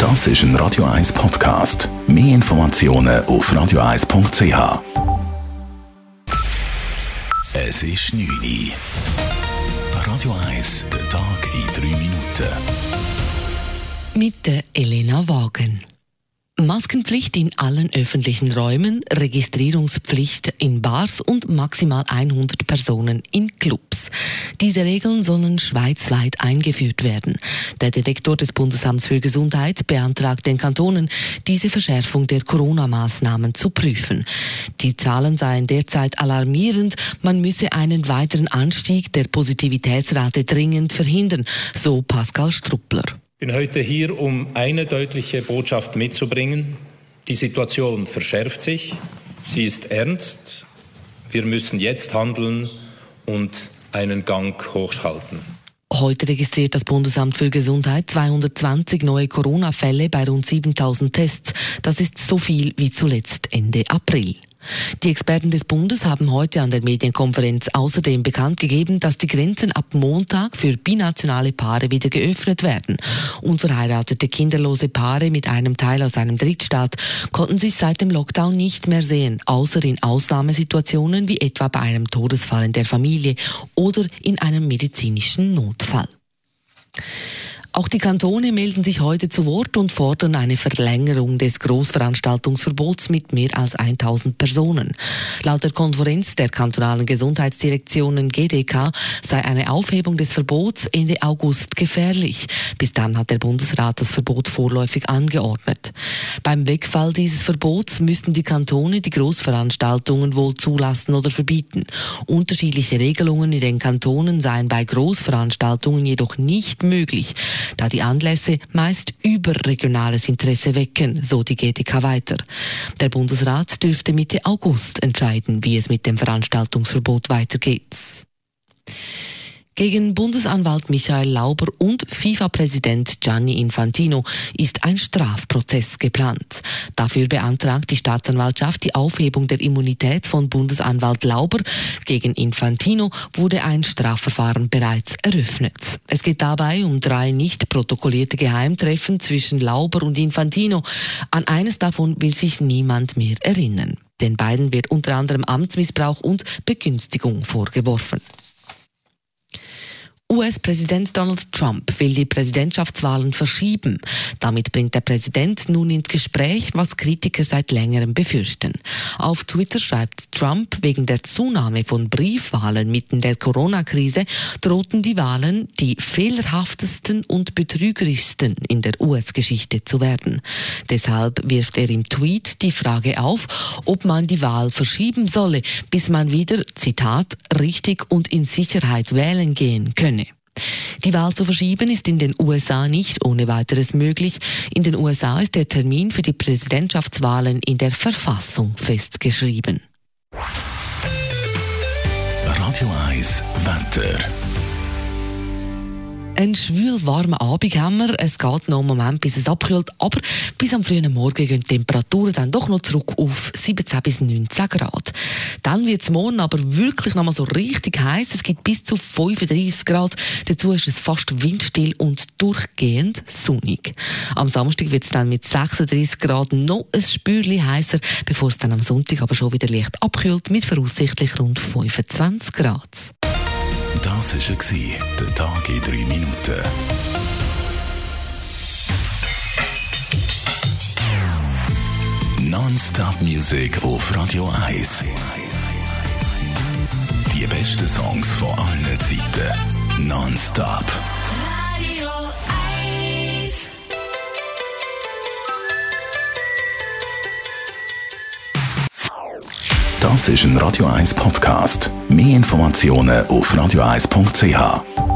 Das ist ein Radio 1 Podcast. Mehr Informationen auf radio1.ch. Es ist 9 Uhr. Radio 1, der Tag in 3 Minuten. Mit der Elena Wagen. Maskenpflicht in allen öffentlichen Räumen, Registrierungspflicht in Bars und maximal 100 Personen in Clubs. Diese Regeln sollen schweizweit eingeführt werden. Der Direktor des Bundesamts für Gesundheit beantragt den Kantonen, diese Verschärfung der Corona-Maßnahmen zu prüfen. Die Zahlen seien derzeit alarmierend, man müsse einen weiteren Anstieg der Positivitätsrate dringend verhindern, so Pascal Struppler. Ich bin heute hier, um eine deutliche Botschaft mitzubringen. Die Situation verschärft sich, sie ist ernst. Wir müssen jetzt handeln und einen Gang hochschalten. Heute registriert das Bundesamt für Gesundheit 220 neue Corona-Fälle bei rund 7.000 Tests. Das ist so viel wie zuletzt Ende April. Die Experten des Bundes haben heute an der Medienkonferenz außerdem bekannt gegeben, dass die Grenzen ab Montag für binationale Paare wieder geöffnet werden. Unverheiratete kinderlose Paare mit einem Teil aus einem Drittstaat konnten sich seit dem Lockdown nicht mehr sehen, außer in Ausnahmesituationen wie etwa bei einem Todesfall in der Familie oder in einem medizinischen Notfall. Auch die Kantone melden sich heute zu Wort und fordern eine Verlängerung des Grossveranstaltungsverbots mit mehr als 1000 Personen. Laut der Konferenz der kantonalen Gesundheitsdirektionen GDK sei eine Aufhebung des Verbots Ende August gefährlich. Bis dann hat der Bundesrat das Verbot vorläufig angeordnet. Beim Wegfall dieses Verbots müssten die Kantone die Grossveranstaltungen wohl zulassen oder verbieten. Unterschiedliche Regelungen in den Kantonen seien bei Grossveranstaltungen jedoch nicht möglich, da die Anlässe meist überregionales Interesse wecken, so die GDK weiter. Der Bundesrat dürfte Mitte August entscheiden, wie es mit dem Veranstaltungsverbot weitergeht. Gegen Bundesanwalt Michael Lauber und FIFA-Präsident Gianni Infantino ist ein Strafprozess geplant. Dafür beantragt die Staatsanwaltschaft die Aufhebung der Immunität von Bundesanwalt Lauber. Gegen Infantino wurde ein Strafverfahren bereits eröffnet. Es geht dabei um 3 nicht protokollierte Geheimtreffen zwischen Lauber und Infantino. An eines davon will sich niemand mehr erinnern. Den beiden wird unter anderem Amtsmissbrauch und Begünstigung vorgeworfen. US-Präsident Donald Trump will die Präsidentschaftswahlen verschieben. Damit bringt der Präsident nun ins Gespräch, was Kritiker seit längerem befürchten. Auf Twitter schreibt Trump, wegen der Zunahme von Briefwahlen mitten der Corona-Krise drohten die Wahlen die fehlerhaftesten und betrügerischsten in der US-Geschichte zu werden. Deshalb wirft er im Tweet die Frage auf, ob man die Wahl verschieben solle, bis man wieder, Zitat, richtig und in Sicherheit wählen gehen könne. Die Wahl zu verschieben ist in den USA nicht ohne weiteres möglich. In den USA ist der Termin für die Präsidentschaftswahlen in der Verfassung festgeschrieben. Radio 1 Wetter. Ein schwül warmer Abend haben wir. Es geht noch einen Moment, bis es abkühlt, aber bis am frühen Morgen gehen die Temperaturen dann doch noch zurück auf 17 bis 19 Grad. Dann wird es morgen aber wirklich noch mal so richtig heiß. Es gibt bis zu 35 Grad. Dazu ist es fast windstill und durchgehend sonnig. Am Samstag wird es dann mit 36 Grad noch ein Spürchen heißer, bevor es dann am Sonntag aber schon wieder leicht abkühlt mit voraussichtlich rund 25 Grad. Das war der Tag in 3 Minuten. Non-Stop Music auf Radio 1. Die besten Songs von allen Zeiten. Non-Stop. Radio 1. Das ist ein Radio 1 Podcast. Mehr Informationen auf radio1.ch.